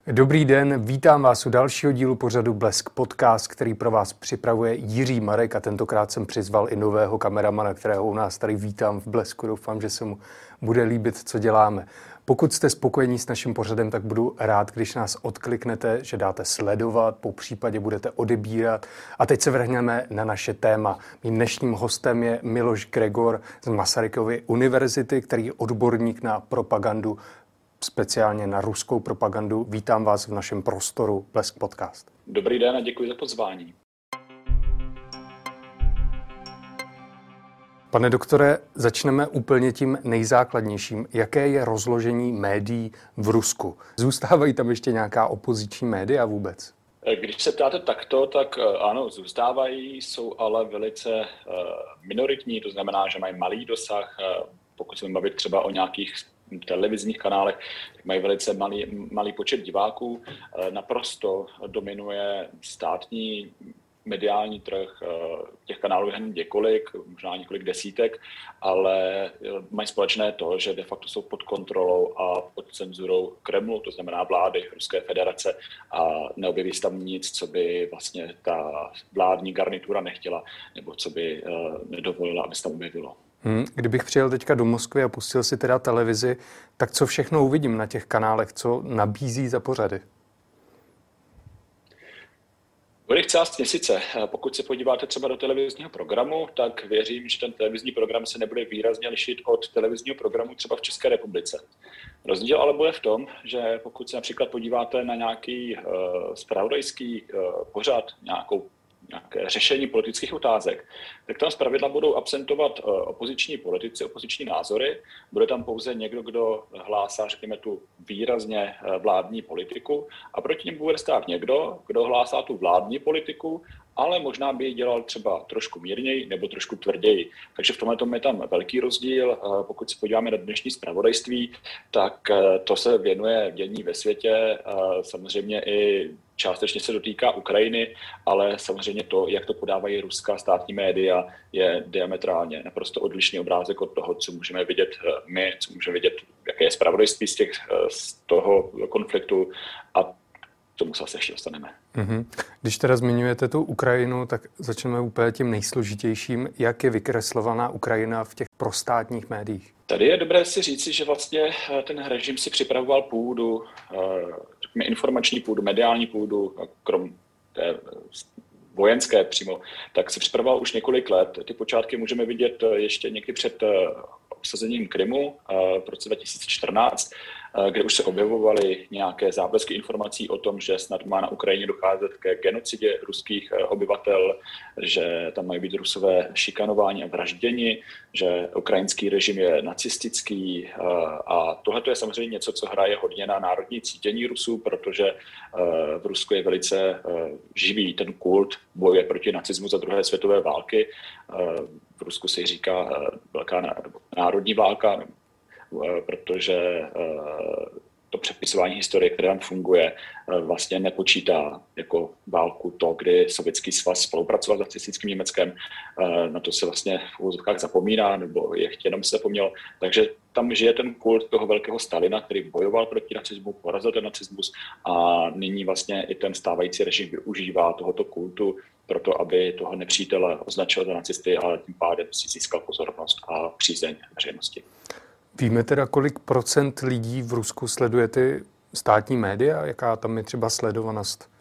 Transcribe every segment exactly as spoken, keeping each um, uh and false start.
Dobrý den, vítám vás u dalšího dílu pořadu Blesk Podcast, který pro vás připravuje Jiří Marek a tentokrát jsem přizval i nového kameramana, kterého u nás tady vítám v Blesku. Doufám, že se mu bude líbit, co děláme. Pokud jste spokojení s naším pořadem, tak budu rád, když nás odkliknete, že dáte sledovat, po případě budete odebírat. A teď se vrhneme na naše téma. Mým dnešním hostem je Miloš Gregor z Masarykovy univerzity, který je odborník na propagandu, speciálně na ruskou propagandu. Vítám vás v našem prostoru Blesk Podcast. Dobrý den a děkuji za pozvání. Pane doktore, začneme úplně tím nejzákladnějším. Jaké je rozložení médií v Rusku? Zůstávají tam ještě nějaká opoziční média vůbec? Když se ptáte takto, tak ano, zůstávají, jsou ale velice minoritní, to znamená, že mají malý dosah. Pokud se bavit třeba o nějakých televizních kanálech, tak mají velice malý, malý počet diváků. Naprosto dominuje státní mediální trh, těch kanálů je jen několik, možná několik desítek, ale mají společné to, že de facto jsou pod kontrolou a pod cenzurou Kremlu, to znamená vlády Ruské federace, a neobjeví se tam nic, co by vlastně ta vládní garnitura nechtěla, nebo co by nedovolila, aby se tam objevilo. Hmm, kdybych přijel teďka do Moskvy a pustil si teda televizi, tak co všechno uvidím na těch kanálech, co nabízí za pořady? Bude celá směsice. Pokud se podíváte třeba do televizního programu, tak věřím, že ten televizní program se nebude výrazně lišit od televizního programu třeba v České republice. Rozdíl ale bude v tom, že pokud se například podíváte na nějaký uh, zpravodajský uh, pořad, nějakou nějaké řešení politických otázek, tak tam zpravidla budou absentovat opoziční politici, opoziční názory. Bude tam pouze někdo, kdo hlásá, řekněme, tu výrazně vládní politiku, a proti němu bude stát někdo, kdo hlásá tu vládní politiku, ale možná by ji dělal třeba trošku mírněji nebo trošku tvrději. Takže v tomhle tom je tam velký rozdíl. Pokud se podíváme na dnešní zpravodajství, tak to se věnuje dění ve světě, samozřejmě i částečně se dotýká Ukrajiny, ale samozřejmě to, jak to podávají ruská státní média, je diametrálně naprosto odlišný obrázek od toho, co můžeme vidět my, co můžeme vidět, jaké je zpravodajství z, těch, z toho konfliktu, a tomu se ještě dostaneme. Mm-hmm. Když teda zmiňujete tu Ukrajinu, tak začneme úplně tím nejsložitějším. Jak je vykreslovaná Ukrajina v těch prostátních médiích? Tady je dobré si říci, že vlastně ten režim si připravoval půdu, řekněme informační půdu, mediální půdu, krom té vojenské přímo, tak se připravoval už několik let. Ty počátky můžeme vidět ještě někdy před obsazením Krymu v roce dva tisíce čtrnáct, kde už se objevovaly nějaké záblesky informací o tom, že snad má na Ukrajině docházet ke genocidě ruských obyvatel, že tam mají být Rusové šikanování a vražděni, že ukrajinský režim je nacistický, a tohle je samozřejmě něco, co hraje hodně na národní cítění Rusů, protože v Rusku je velice živý ten kult boje proti nacismu za druhé světové války. V Rusku se říká velká národní válka, protože to přepisování historie, které tam funguje, vlastně nepočítá jako válku to, kdy Sovětský svaz spolupracoval s nacistickým Německem. Na to se vlastně v úvozovkách zapomíná, nebo je chtěno se zapomněl. Takže tam žije ten kult toho velkého Stalina, který bojoval proti nacismu, porazil ten nacismus, a nyní vlastně i ten stávající režim využívá tohoto kultu proto, aby toho nepřítele označil za nacisty, ale tím pádem si získal pozornost a přízeň veřejnosti. Víme teda, kolik procent lidí v Rusku sleduje ty státní média? Jaká tam je třeba sledovanost?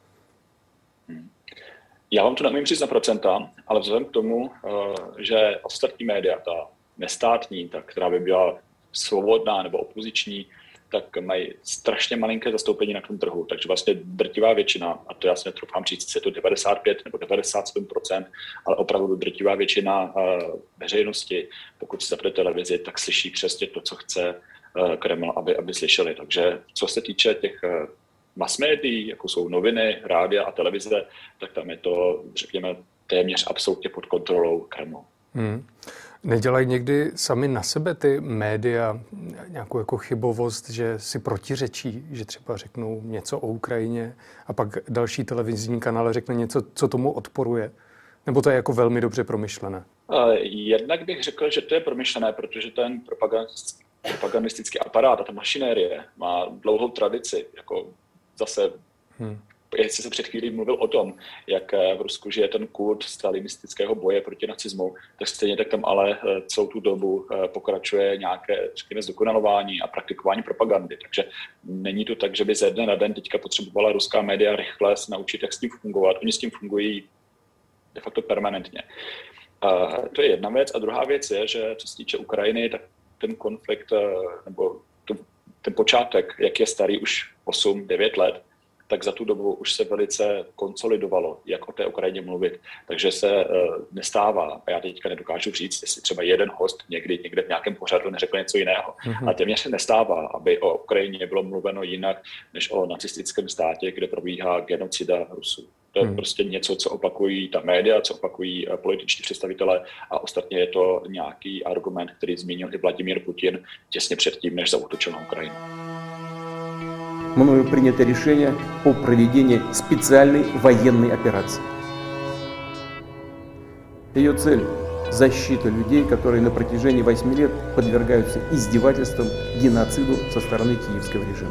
Hmm. Já vám to neumím říct na procenta, ale vzhledem k tomu, že ostatní média, ta nestátní, ta, která by byla svobodná nebo opoziční, tak mají strašně malinké zastoupení na tom trhu. Takže vlastně drtivá většina, a to já si netroufám říct, je to devadesát pět nebo devadesát sedm procent, ale opravdu drtivá většina veřejnosti, pokud se zapne televizi, tak slyší přesně to, co chce Kreml, aby, aby slyšeli. Takže co se týče těch mass médií, jako jsou noviny, rádia a televize, tak tam je to, řekněme, téměř absolutně pod kontrolou Kremlu. Hmm. Nedělají někdy sami na sebe ty média nějakou jako chybovost, že si protiřečí, že třeba řeknou něco o Ukrajině a pak další televizní kanál řekne něco, co tomu odporuje? Nebo to je jako velmi dobře promyšlené? Jednak bych řekl, že to je promyšlené, protože ten propagandistický aparát a ta mašinérie má dlouhou tradici. Jako zase Hmm. Jestli se před chvílí mluvil o tom, jak v Rusku žije ten kult stalinistického boje proti nacismu, tak stejně tak tam ale celou tu dobu pokračuje nějaké, řekněme, zdokonalování a praktikování propagandy. Takže není to tak, že by ze dne na den teďka potřebovala ruská média rychle se naučit, jak s tím fungovat. Oni s tím fungují de facto permanentně. A to je jedna věc. A druhá věc je, že co se týče Ukrajiny, tak ten konflikt, nebo ten počátek, jak je starý už osm devět let, tak za tu dobu už se velice konsolidovalo, jak o té Ukrajině mluvit. Takže se uh, nestává, a já teďka nedokážu říct, jestli třeba jeden host někdy někde v nějakém pořadu neřekl něco jiného. Mm-hmm. A téměř se nestává, aby o Ukrajině bylo mluveno jinak, než o nacistickém státě, kde probíhá genocida Rusů. To je mm. prostě něco, co opakují ta média, co opakují uh, političtí představitelé a ostatně je to nějaký argument, který zmínil i Vladimír Putin těsně předtím, než zaútočil na Ukrajinu. Мною принято решение о проведении специальной военной операции. Ее цель – защита людей, которые на протяжении восьми лет подвергаются издевательствам, геноциду со стороны киевского режима.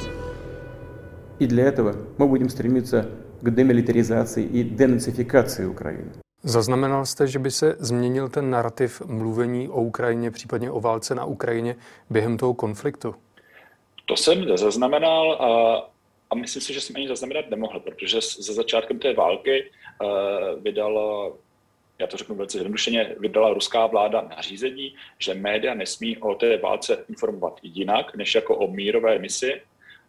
И для этого мы будем стремиться к демилитаризации и денацификации Украины. Zaznamenal jste, že by se změnil ten narrativ mluvení o Ukrajině, případně o válce na Ukrajině během toho konfliktu? To jsem zaznamenal a, a myslím si, že jsem ani zaznamenat nemohl, protože ze začátkem té války uh, vydala, já to řeknu velice zjednodušeně, vydala ruská vláda nařízení, že média nesmí o té válce informovat jinak, než jako o mírové misi,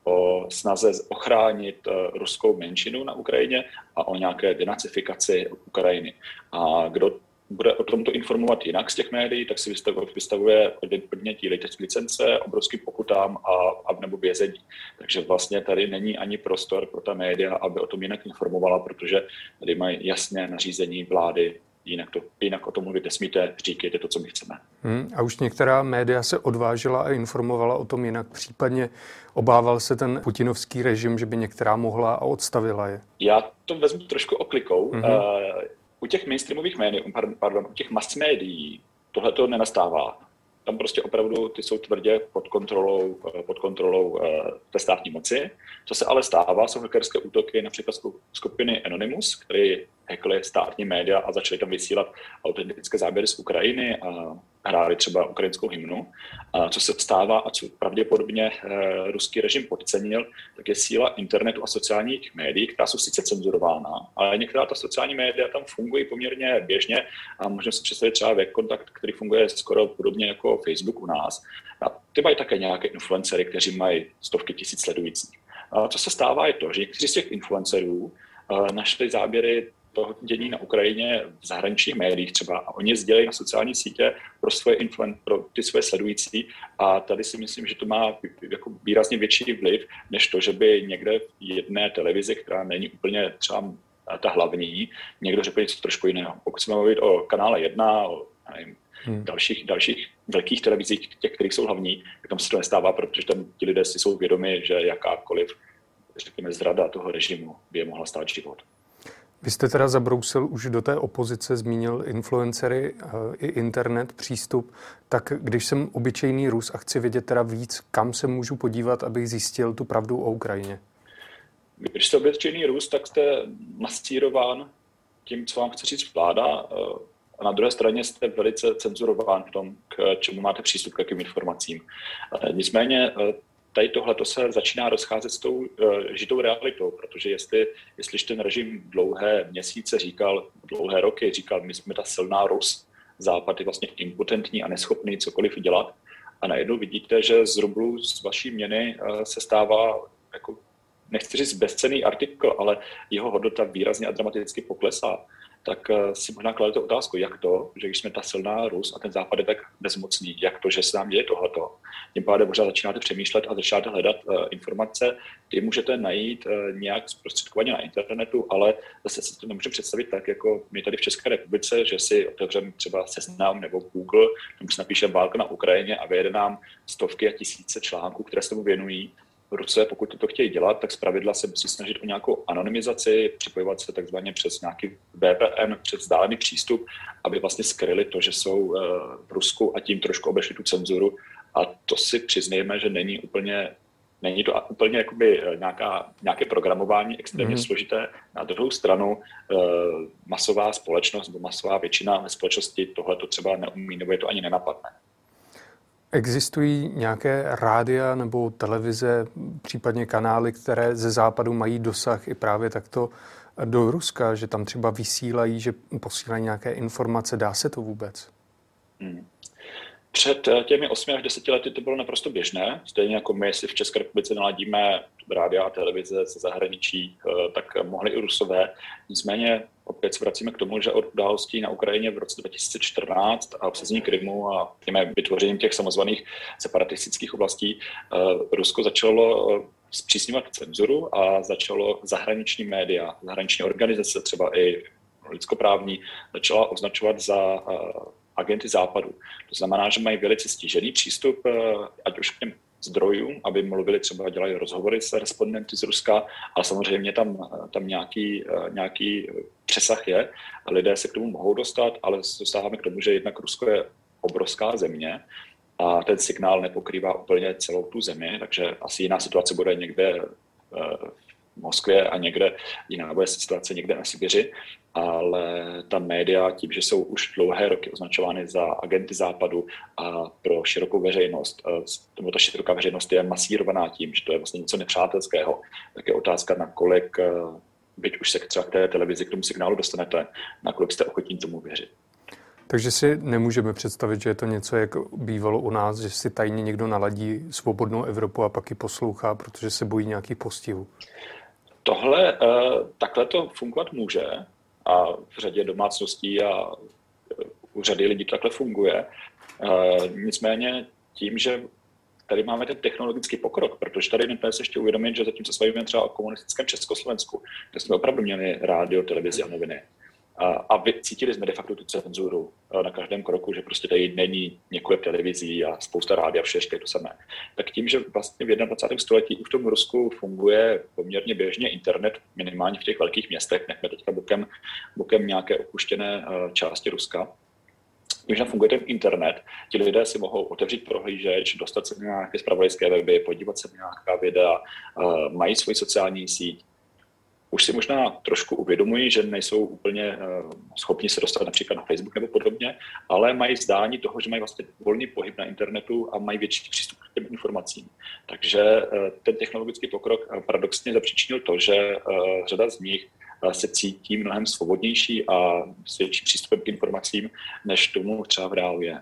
o snaze ochránit uh, ruskou menšinu na Ukrajině a o nějaké denacifikaci Ukrajiny. A kdo bude o tomto informovat jinak z těch médií, tak si vystavuje, vystavuje odnětí licence, obrovským pokutám a, a nebo vězení. Takže vlastně tady není ani prostor pro ta média, aby o tom jinak informovala, protože tady mají jasné nařízení vlády, jinak, to, jinak o tom mluvit nesmíte, říkejte to, co my chceme. Hmm, a už některá média se odvážila a informovala o tom jinak, případně obával se ten putinovský režim, že by některá mohla a odstavila je? Já to vezmu trošku oklikou. Mm-hmm. Uh, U těch mainstreamových médií, pardon, u těch mass médií tohle to nenastává. Tam prostě opravdu ty jsou tvrdě pod kontrolou, pod kontrolou té státní moci. Co se ale stává, jsou hackerské útoky například skupiny Anonymous, které hackly státní média a začaly tam vysílat autentické záběry z Ukrajiny a hráli třeba ukrajinskou hymnu. A co se stává a co pravděpodobně ruský režim podcenil, tak je síla internetu a sociálních médií, která jsou sice cenzurována, ale některá ta sociální média tam fungují poměrně běžně a možná si představit třeba Webkontakt, který funguje skoro podobně jako Facebook u nás. A ty mají také nějaké influencery, kteří mají stovky tisíc sledujících. A co se stává je to, že někteří z těch influencerů našli záběry toho dění na Ukrajině v zahraničních médiích třeba a oni sdělí na sociální sítě pro, svoje influen- pro ty svoje sledující a tady si myslím, že to má jako výrazně větší vliv, než to, že by někde v jedné televizi, která není úplně třeba ta hlavní, někdo řekl něco trošku jiného. Pokud jsme mluvit o kanále jedna, o nevím, hmm. dalších, dalších velkých televizích, těch, kterých jsou hlavní, tak tam se to nestává, protože tam ti lidé si jsou vědomi, že jakákoliv, řekněme, zrada toho režimu by je mohla stát život. Vy jste teda zabrousil už do té opozice, zmínil influencery i internet, přístup. Tak když jsem obyčejný Rus a chci vědět teda víc, kam se můžu podívat, abych zjistil tu pravdu o Ukrajině? Když jste obyčejný Rus, tak jste masírován tím, co vám chce říct vláda, a na druhé straně jste velice cenzurován v tom, k čemu máte přístup, k jakým informacím. Nicméně tady tohleto se začíná rozcházet s tou uh, žitou realitou, protože jestli, jestliž ten režim dlouhé měsíce říkal, dlouhé roky říkal, my jsme ta silná Rus, Západ je vlastně impotentní a neschopný cokoliv dělat a najednou vidíte, že z rublu z vaší měny uh, se stává, jako, nechci říct bezcenný artikl, ale jeho hodnota výrazně a dramaticky poklesá, tak si možná kladete otázku, jak to, že když jsme ta silná Rus a ten Západ je tak bezmocný, jak to, že se nám děje tohleto. Tím pádem možná začínáte přemýšlet a začínáte hledat uh, informace, ty můžete najít uh, nějak zprostředkovaně na internetu, ale zase si to nemůžeme představit tak, jako my tady v České republice, že si otevřeme třeba Seznam nebo Google, tam si napíšeme válka na Ukrajině a vyjede nám stovky a tisíce článků, které se tomu věnují. Rusové, pokud to chtějí dělat, tak zpravidla se musí snažit o nějakou anonymizaci, připojovat se takzvaně přes nějaký V P N, přes vzdálený přístup, aby vlastně skryli to, že jsou v Rusku a tím trošku obešli tu cenzuru. A to si přiznejme, že není úplně není to úplně jakoby nějaká, nějaké programování extrémně mm. složité. Na druhou stranu masová společnost nebo masová většina ve společnosti tohle to třeba neumí nebo je to ani nenapadne. Existují nějaké rádia nebo televize, případně kanály, které ze západu mají dosah i právě takto do Ruska, že tam třeba vysílají, že posílají nějaké informace? Dá se to vůbec? Hmm. Před těmi osmi až deseti lety to bylo naprosto běžné. Stejně jako my si v České republice naladíme rádia a televize ze zahraničí, tak mohli i Rusové. Nicméně opět se vracíme k tomu, že od událostí na Ukrajině v roce dva tisíce čtrnáct a obsazení Krymu a těmi vytvořením těch samozvaných separatistických oblastí Rusko začalo zpřísňovat cenzuru a začalo zahraniční média, zahraniční organizace, třeba i lidskoprávní, začala označovat za agenty západu. To znamená, že mají velice stížený přístup, ať už k těm zdrojům, aby mluvili třeba, dělají rozhovory s respondenty z Ruska, ale samozřejmě tam, tam nějaký, nějaký přesah je. Lidé se k tomu mohou dostat, ale dostáváme k tomu, že jednak Rusko je obrovská země a ten signál nepokrývá úplně celou tu zemi, takže asi jiná situace bude někde v Moskvě a někde jiná bude situace někde na Sibiři, ale ta média tím, že jsou už dlouhé roky označovány za agenty západu a pro širokou veřejnost, nebo ta široká veřejnost je masírovaná tím, že to je vlastně něco nepřátelského, tak je otázka, nakolik, byť už se třeba k té televizi, k tomu signálu dostanete, nakolik jste ochotní tomu věřit. Takže si nemůžeme představit, že je to něco, jak bývalo u nás, že si tajně někdo naladí Svobodnou Evropu a pak ji poslouchá, protože se bojí nějakých postihů. Tohle, takhle to fungovat může a v řadě domácností a u řady lidí to takhle funguje. Nicméně tím, že tady máme ten technologický pokrok, protože tady nutné se ještě uvědomit, že zatímco se bavíme třeba o komunistickém Československu, kde jsme opravdu měli rádio, televizi a noviny. A cítili jsme de facto tu cenzuru na každém kroku, že prostě tady není několik televizí a spousta rádia, vše je to samé. Tak tím, že vlastně v dvacátém prvním století už v tom Rusku funguje poměrně běžně internet, minimálně v těch velkých městech, nechme teďka bokem, bokem nějaké opuštěné části Ruska, když funguje ten internet, ti lidé si mohou otevřít prohlížeč, dostat se na nějaké zpravodajské weby, podívat se na nějaká videa, mají svoji sociální síť. Už si možná trošku uvědomují, že nejsou úplně uh, schopni se dostat například na Facebook nebo podobně, ale mají zdání toho, že mají vlastně volný pohyb na internetu a mají větší přístup k těm informacím. Takže uh, ten technologický pokrok uh, paradoxně zapříčinil to, že uh, řada z nich uh, se cítí mnohem svobodnější a s větším přístupem k informacím, než tomu třeba v reálu je.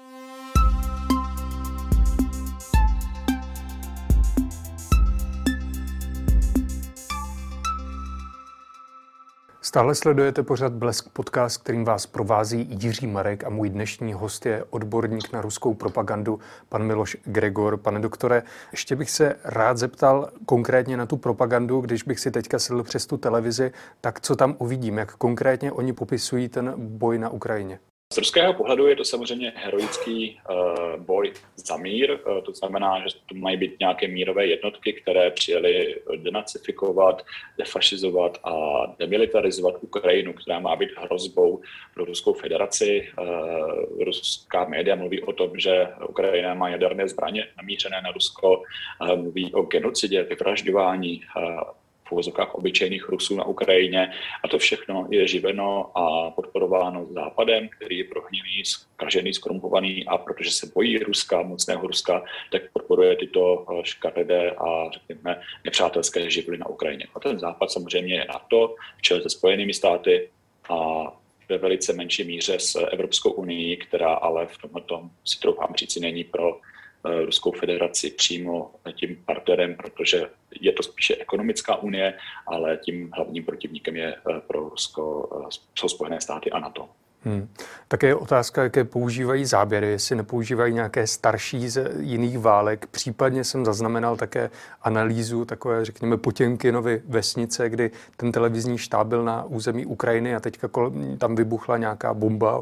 Stále sledujete pořad Blesk podcast, kterým vás provází Jiří Marek a můj dnešní host je odborník na ruskou propagandu, pan Miloš Gregor. Pane doktore, ještě bych se rád zeptal konkrétně na tu propagandu, když bych si teďka sedl přes tu televizi, tak co tam uvidím, jak konkrétně oni popisují ten boj na Ukrajině? Z ruského pohledu je to samozřejmě heroický uh, boj za mír, uh, to znamená, že to mají být nějaké mírové jednotky, které přijeli denacifikovat, defašizovat a demilitarizovat Ukrajinu, která má být hrozbou pro Ruskou federaci. Uh, ruská média mluví o tom, že Ukrajina má jaderné zbraně namířené na Rusko, uh, mluví o genocidě, vyvražďování uh, v uvozovkách obyčejných Rusů na Ukrajině a to všechno je živeno a podporováno Západem, který je prohnilý, zkažený, zkorumpovaný a protože se bojí Ruska, mocného Ruska, tak podporuje tyto škaredé a řekněme nepřátelské živly na Ukrajině. A ten Západ samozřejmě je NATO v čele se Spojenými státy a ve velice menší míře s Evropskou unii, která ale v tomto si troufám říci není pro Ruskou federaci přímo tím partnerem, protože je to spíše ekonomická unie, ale tím hlavním protivníkem je pro Rusko jsou Spojené státy a NATO. Hmm. Také je otázka, jaké používají záběry, jestli nepoužívají nějaké starší z jiných válek. Případně jsem zaznamenal také analýzu takové, řekněme, Potěmkinovy vesnice, kdy ten televizní štáb byl na území Ukrajiny a teďka tam vybuchla nějaká bomba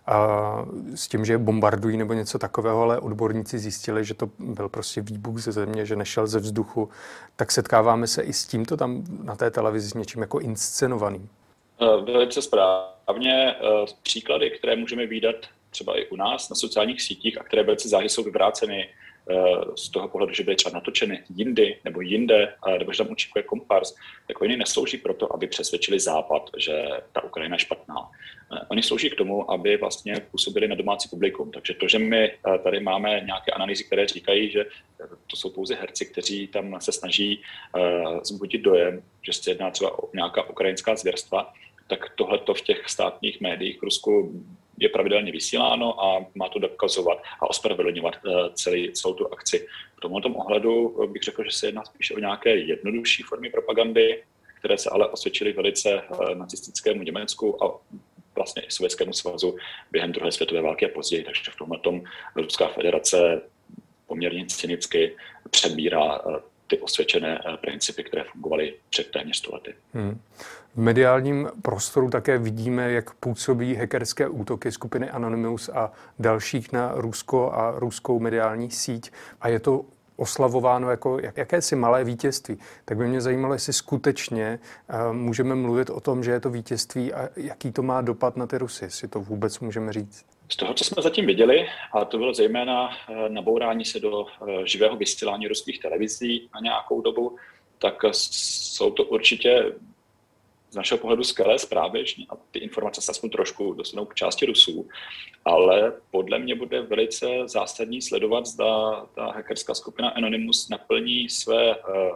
a s tím, že bombardují nebo něco takového, ale odborníci zjistili, že to byl prostě výbuch ze země, že nešel ze vzduchu. Tak setkáváme se i s tímto tam na té televizi s něčím jako inscenovaným. Velice správně. Příklady, které můžeme vidět třeba i u nás na sociálních sítích a které velice záhy jsou vyvráceny z toho pohledu, že byly třeba natočeny jindy nebo jinde, nebo že tam účinkuje kompars, tak oni neslouží proto, aby přesvědčili Západ, že ta Ukrajina je špatná. Oni slouží k tomu, aby vlastně působili na domácí publikum. Takže to, že my tady máme nějaké analýzy, které říkají, že to jsou pouze herci, kteří tam se snaží zbudit dojem, že se jedná třeba o nějaká ukrajinská zvěrstva, tak tohleto v těch státních médiích v Rusku je pravidelně vysíláno a má to dokazovat a ospravedlňovat celý, celou tu akci. V tomto ohledu bych řekl, že se jedná spíše o nějaké jednodušší formy propagandy, které se ale osvědčily velice nacistickému Německu a vlastně i Sovětskému svazu během druhé světové války a později. Takže v tomhle tom Ruská federace poměrně cynicky přebírá ty osvědčené principy, které fungovaly před téměř sto lety. Hmm. V mediálním prostoru také vidíme, jak působí hackerské útoky skupiny Anonymous a dalších na Rusko a ruskou mediální síť. A je to oslavováno jako jakési malé vítězství. Tak by mě zajímalo, jestli skutečně uh, můžeme mluvit o tom, že je to vítězství a jaký to má dopad na ty Rusy, jestli to vůbec můžeme říct. Z toho, co jsme zatím viděli, a to bylo zejména nabourání se do živého vysílání ruských televizí na nějakou dobu, tak jsou to určitě z našeho pohledu skvělé zprávy a ty informace se aspoň trošku dostanou k části Rusů, ale podle mě bude velice zásadní sledovat, zda ta hackerská skupina Anonymous naplní své,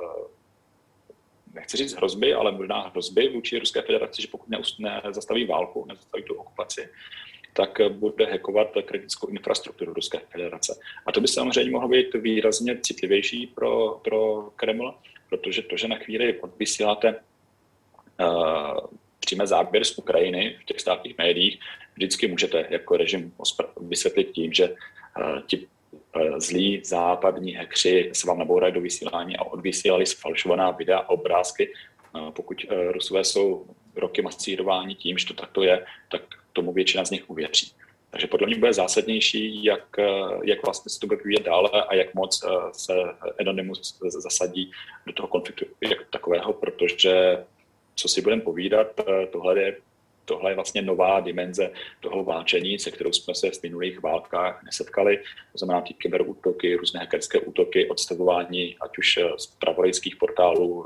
nechci říct hrozby, ale možná hrozby vůči Ruské federaci, že pokud nezastaví válku, nezastaví tu okupaci, tak bude hackovat kritickou infrastrukturu Ruské federace. A to by samozřejmě mohlo být výrazně citlivější pro, pro Kreml, protože to, že na chvíli odvysíláte uh, přímé záběr z Ukrajiny v těch státních médiích, vždycky můžete jako režim vysvětlit tím, že uh, ti uh, zlí západní hackři se vám nabourají do vysílání a odvysílali sfalšovaná videa a obrázky. Uh, pokud uh, Rusové jsou roky masírováni tím, že to takto je, tak tomu většina z nich uvěří. Takže podle mě bude zásadnější, jak, jak vlastně se to bude vyvíjet dále a jak moc se Anonymous zasadí do toho konfliktu jako takového, protože, co si budeme povídat, tohle je, tohle je vlastně nová dimenze toho válčení, se kterou jsme se v minulých válkách nesetkali. To znamená ty kyberútoky, různé hackerské útoky, odstavování ať už z zpravodajských portálů,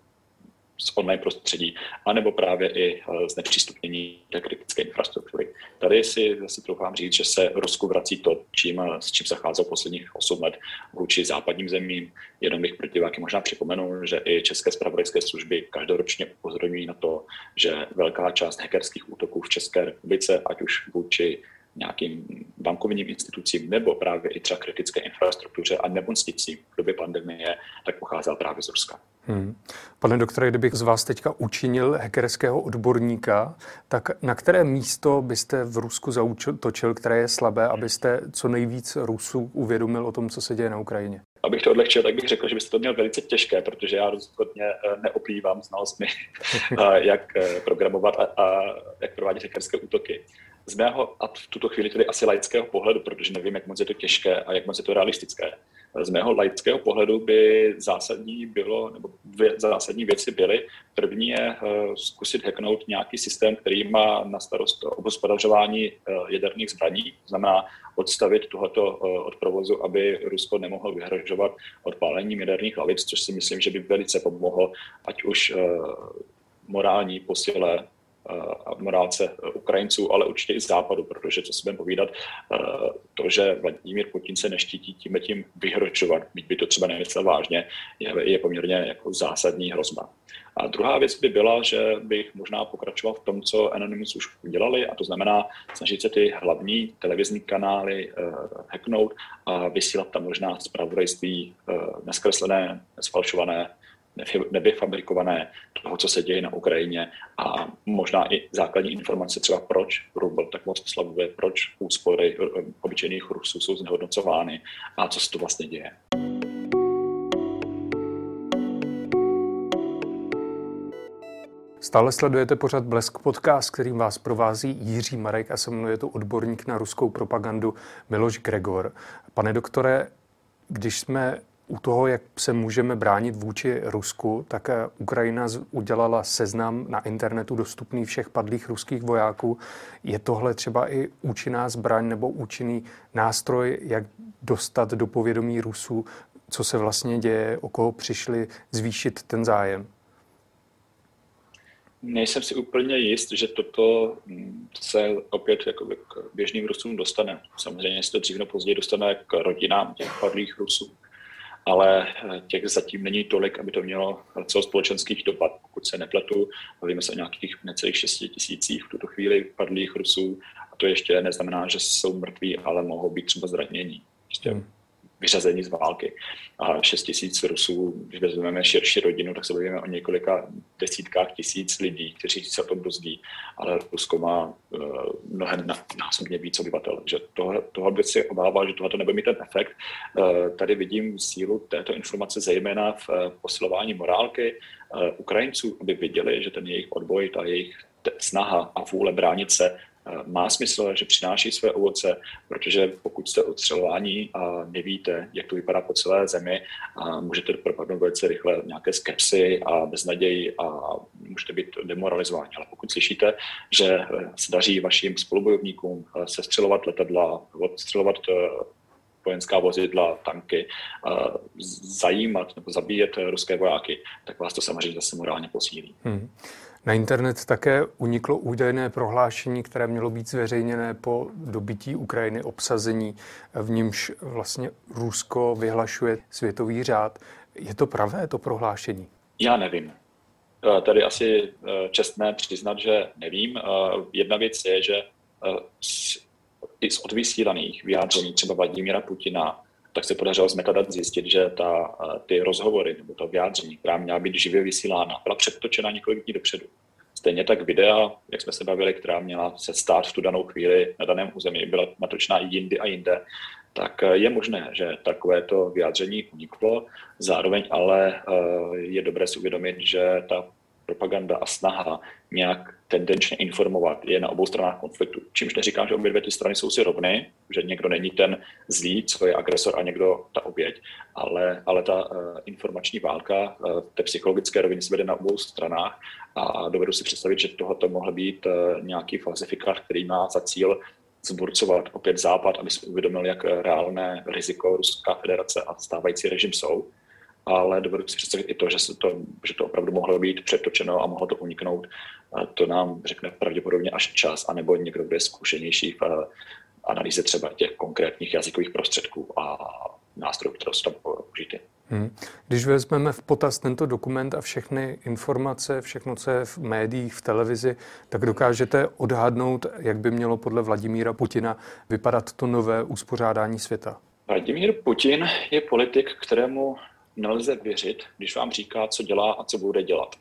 z online prostředí, anebo právě i znepřístupnění té kritické infrastruktury. Tady si zase troufám říct, že se Rusku vrací to, čím, s čím se cházelo posledních osm let vůči západním zemím. Jenom bych pro diváky možná připomenul, že i české zpravodajské služby každoročně upozorňují na to, že velká část hackerských útoků v České republice, ať už vůči nějakým bankovním institucím nebo právě i třeba kritické infrastruktuře a nemocnicím v době pandemie, tak pocházela právě z Ruska. Hmm. Pane doktore, kdybych z vás teďka učinil hackerského odborníka, tak na které místo byste v Rusku zaútočil, které je slabé, abyste co nejvíc Rusů uvědomil o tom, co se děje na Ukrajině? Abych to odlehčil, tak bych řekl, že byste to měl velice těžké, protože já rozhodně neoplývám znalostmi, jak programovat a, a jak provádět hackerské útoky. Z mého a v tuto chvíli tedy asi laického pohledu, protože nevím, jak moc je to těžké a jak moc je to realistické. Z mého laického pohledu by zásadní bylo, nebo dvě zásadní věci byly. První je uh, zkusit hacknout nějaký systém, který má na starost obhospodařování uh, jaderných zbraní. To znamená odstavit tohleto uh, od provozu, aby Rusko nemohlo vyhrožovat odpálením jaderných hlavic, což si myslím, že by velice pomohlo, ať už uh, morální posile a morálce Ukrajinců, ale určitě i západu, protože, co si budeme povídat, to, že Vladimír Putin se neštítí tím tím vyhrožovat, byť by to třeba nemyslel vážně, je, je poměrně jako zásadní hrozba. A druhá věc by byla, že bych možná pokračoval v tom, co Anonymous už udělali, a to znamená snažit se ty hlavní televizní kanály uh, hacknout a vysílat tam možná zpravodajství uh, neskreslené, nesfalšované, nevyfabrikované toho, co se děje na Ukrajině a možná i základní informace třeba, proč rubl tak moc oslabuje, proč úspory obyčejných Rusů jsou znehodnocovány a co se to vlastně děje. Stále sledujete pořad Blesk podcast, kterým vás provází Jiří Marek a se mnou je tu odborník na ruskou propagandu Miloš Gregor. Pane doktore, když jsme u toho, jak se můžeme bránit vůči Rusku, tak Ukrajina udělala seznam na internetu dostupný všech padlých ruských vojáků. Je tohle třeba i účinná zbraň nebo účinný nástroj, jak dostat do povědomí Rusů, co se vlastně děje, o koho přišli, zvýšit ten zájem? Nejsem si úplně jist, že toto se opět jakoby k běžným Rusům dostane. Samozřejmě se to dřív nebo později dostane k rodinám těch padlých Rusů, ale těch zatím není tolik, aby to mělo celospolečenských dopad. Pokud se nepletu, bavíme se o nějakých necelých šesti tisících v tuto chvíli padlých Rusů a to ještě neznamená, že jsou mrtví, ale mohou být třeba zranění. Prostě hmm. vyřazení z války. A šest tisíc Rusů, když vezmeme širší rodinu, tak se bavíme o několika desítkách tisíc lidí, kteří se o tom dozví. Ale Rusko má uh, mnohem násobně víc obyvatel. Takže tohle, tohle by si obával, že tohle nebude mít ten efekt. Uh, tady vidím sílu této informace zejména v uh, posilování morálky uh, Ukrajinců, aby viděli, že ten jejich odboj, ta jejich snaha a vůle bránit se má smysl, že přináší své ovoce, protože pokud jste odstřelování a nevíte, jak to vypadá po celé zemi, a můžete propadnout velice rychle nějaké skepsy a beznaději a můžete být demoralizováni. Ale pokud slyšíte, že se daří vašim spolubojovníkům sestřelovat letadla, odstřelovat vojenská vozidla, tanky, zajímat nebo zabíjet ruské vojáky, tak vás to samozřejmě zase morálně posílí. Hmm. Na internet také uniklo údajné prohlášení, které mělo být zveřejněné po dobytí Ukrajiny, obsazení, v němž vlastně Rusko vyhlašuje světový řád. Je to pravé, to prohlášení? Já nevím. Tady asi čestné přiznat, že nevím. Jedna věc je, že i z odvysílaných vyjádření třeba Vladimíra Putina, tak se podařilo z metadat zjistit, že ta, ty rozhovory nebo to vyjádření, která měla být živě vysílána, byla předtočena několik dní dopředu. Stejně tak videa, jak jsme se bavili, která měla se stát v tu danou chvíli na daném území, byla natočena i jindy a jinde, tak je možné, že takovéto vyjádření uniklo. Zároveň ale je dobré si uvědomit, že ta propaganda a snaha nějak tendenčně informovat je na obou stranách konfliktu. Čímž neříkám, že obě dvě ty strany jsou si rovny, že někdo není ten zlý, co je agresor a někdo ta oběť, ale, ale ta uh, informační válka uh, té psychologické roviny se vede na obou stranách a dovedu si představit, že tohoto mohl být uh, nějaký falzifikát, který má za cíl zburcovat opět Západ, aby si uvědomil, jak reálné riziko Ruská federace a stávající režim jsou. Ale dovedu si představit i to, že, se to, že to opravdu mohlo být přetočeno a mohlo to uniknout. To nám řekne pravděpodobně až čas, anebo někdo, kdo je zkušenější v analýze třeba těch konkrétních jazykových prostředků a nástrojů, které jsou tam použity. Hmm. Když vezmeme v potaz tento dokument a všechny informace, všechno, co je v médiích, v televizi, tak dokážete odhadnout, jak by mělo podle Vladimíra Putina vypadat to nové uspořádání světa? Vladimír Putin je politik, kterému nelze věřit, když vám říká, co dělá a co bude dělat.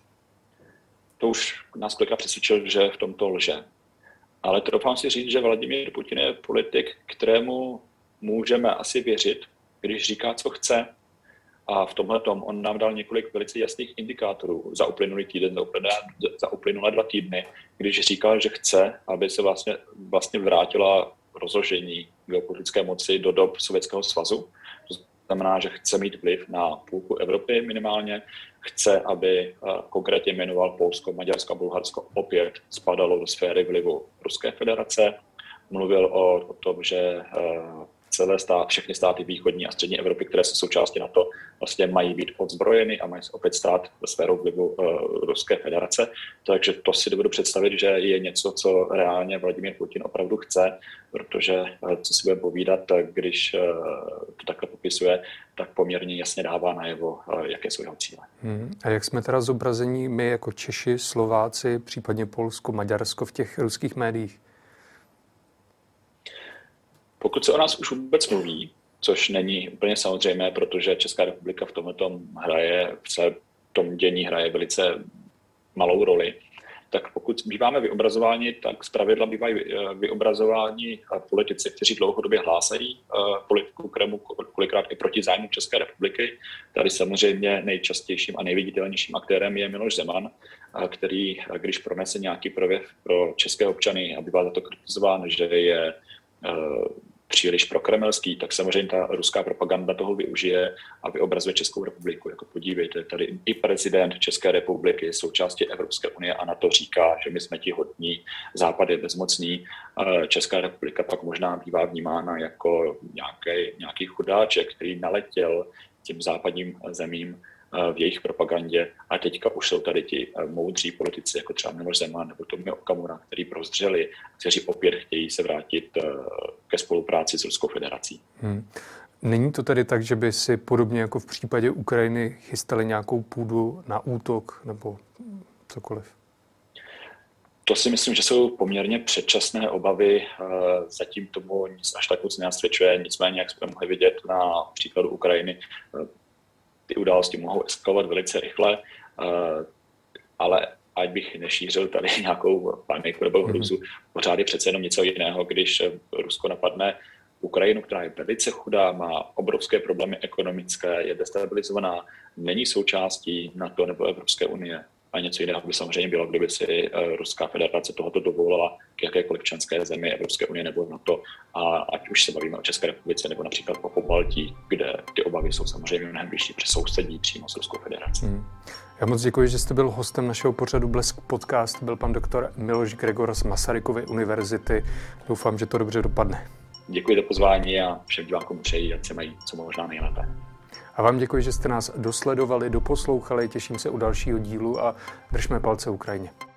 To už nás kolikrát přesvědčil, že v tomto lže. Ale troufám si říct, že Vladimír Putin je politik, kterému můžeme asi věřit, když říká, co chce. A v tomhle tom on nám dal několik velice jasných indikátorů za uplynulý týden, za uplynulé dva týdny, když říkal, že chce, aby se vlastně, vlastně vrátila rozložení geopolitické moci do dob Sovětského svazu. To znamená, že chce mít vliv na půlku Evropy minimálně, chce, aby konkrétně jmenoval Polsko, Maďarsko a Bulharsko opět spadalo do sféry vlivu Ruské federace. Mluvil o, o tom, že celé stát, všechny státy východní a střední Evropy, které jsou součástí NATO, vlastně mají být odzbrojeny a mají opět stát ve sféru vlivu uh, Ruské federace. Takže to si dovedu představit, že je něco, co reálně Vladimír Putin opravdu chce, protože, uh, co si budeme povídat, když uh, to takhle popisuje, tak poměrně jasně dává najevo, uh, jaké jsou jeho cíle. Hmm. A jak jsme teda zobrazení my jako Češi, Slováci, případně Polsko, Maďarsko v těch ruských médiích? Pokud se o nás už vůbec mluví, což není úplně samozřejmé, protože Česká republika v tomto hraje, v celém tom dění hraje velice malou roli, tak pokud býváme vyobrazováni, tak zpravidla bývají vyobrazováni politici, kteří dlouhodobě hlásají politiku, kterému kolikrát i proti zájmu České republiky. Tady samozřejmě nejčastějším a nejviditelnějším aktérem je Miloš Zeman, který, když pronese nějaký projev pro české občany a bývá za to kritizován, že je příliš prokremelský, tak samozřejmě ta ruská propaganda toho využije a vyobrazuje Českou republiku. Jako podívejte, tady i prezident České republiky je součástí Evropské unie a na to říká, že my jsme ti hodní, Západ je bezmocný. Česká republika pak možná bývá vnímána jako nějaký, nějaký chudáček, který naletěl těm západním zemím v jejich propagandě a teďka už jsou tady ti moudří politici, jako třeba Miloš Zeman nebo Tomio Okamura, který prozřeli, kteří opět chtějí se vrátit ke spolupráci s Ruskou federací. Hmm. Není to tedy tak, že by si podobně jako v případě Ukrajiny chystali nějakou půdu na útok nebo cokoliv? To si myslím, že jsou poměrně předčasné obavy. Zatím tomu nic až tak moc nenasvědčuje, nicméně, jak jsme mohli vidět na příkladu Ukrajiny, ty události mohou eskalovat velice rychle, ale ať bych nešířil tady nějakou paniku nebo hruzu, pořád je přece jenom něco jiného, když Rusko napadne Ukrajinu, která je velice chudá, má obrovské problémy ekonomické, je destabilizovaná, není součástí NATO nebo Evropské unie. A něco jiného by samozřejmě bylo, kdyby si Ruská federace tohoto dovolila k jakékoliv členské zemi Evropské unie nebo NATO, a ať už se bavíme o České republice nebo například po Pobaltí, kde ty obavy jsou samozřejmě mnohem vyšší, přes sousedí přímo s Ruskou federací. Hmm. Já moc děkuji, že jste byl hostem našeho pořadu Blesk Podcast. Byl pan doktor Miloš Gregor z Masarykovy univerzity. Doufám, že to dobře dopadne. Děkuji za pozvání a všem divákům přeji, ať se mají co možná nejlépe. A vám děkuji, že jste nás dosledovali, doposlouchali, těším se u dalšího dílu a držme palce Ukrajině.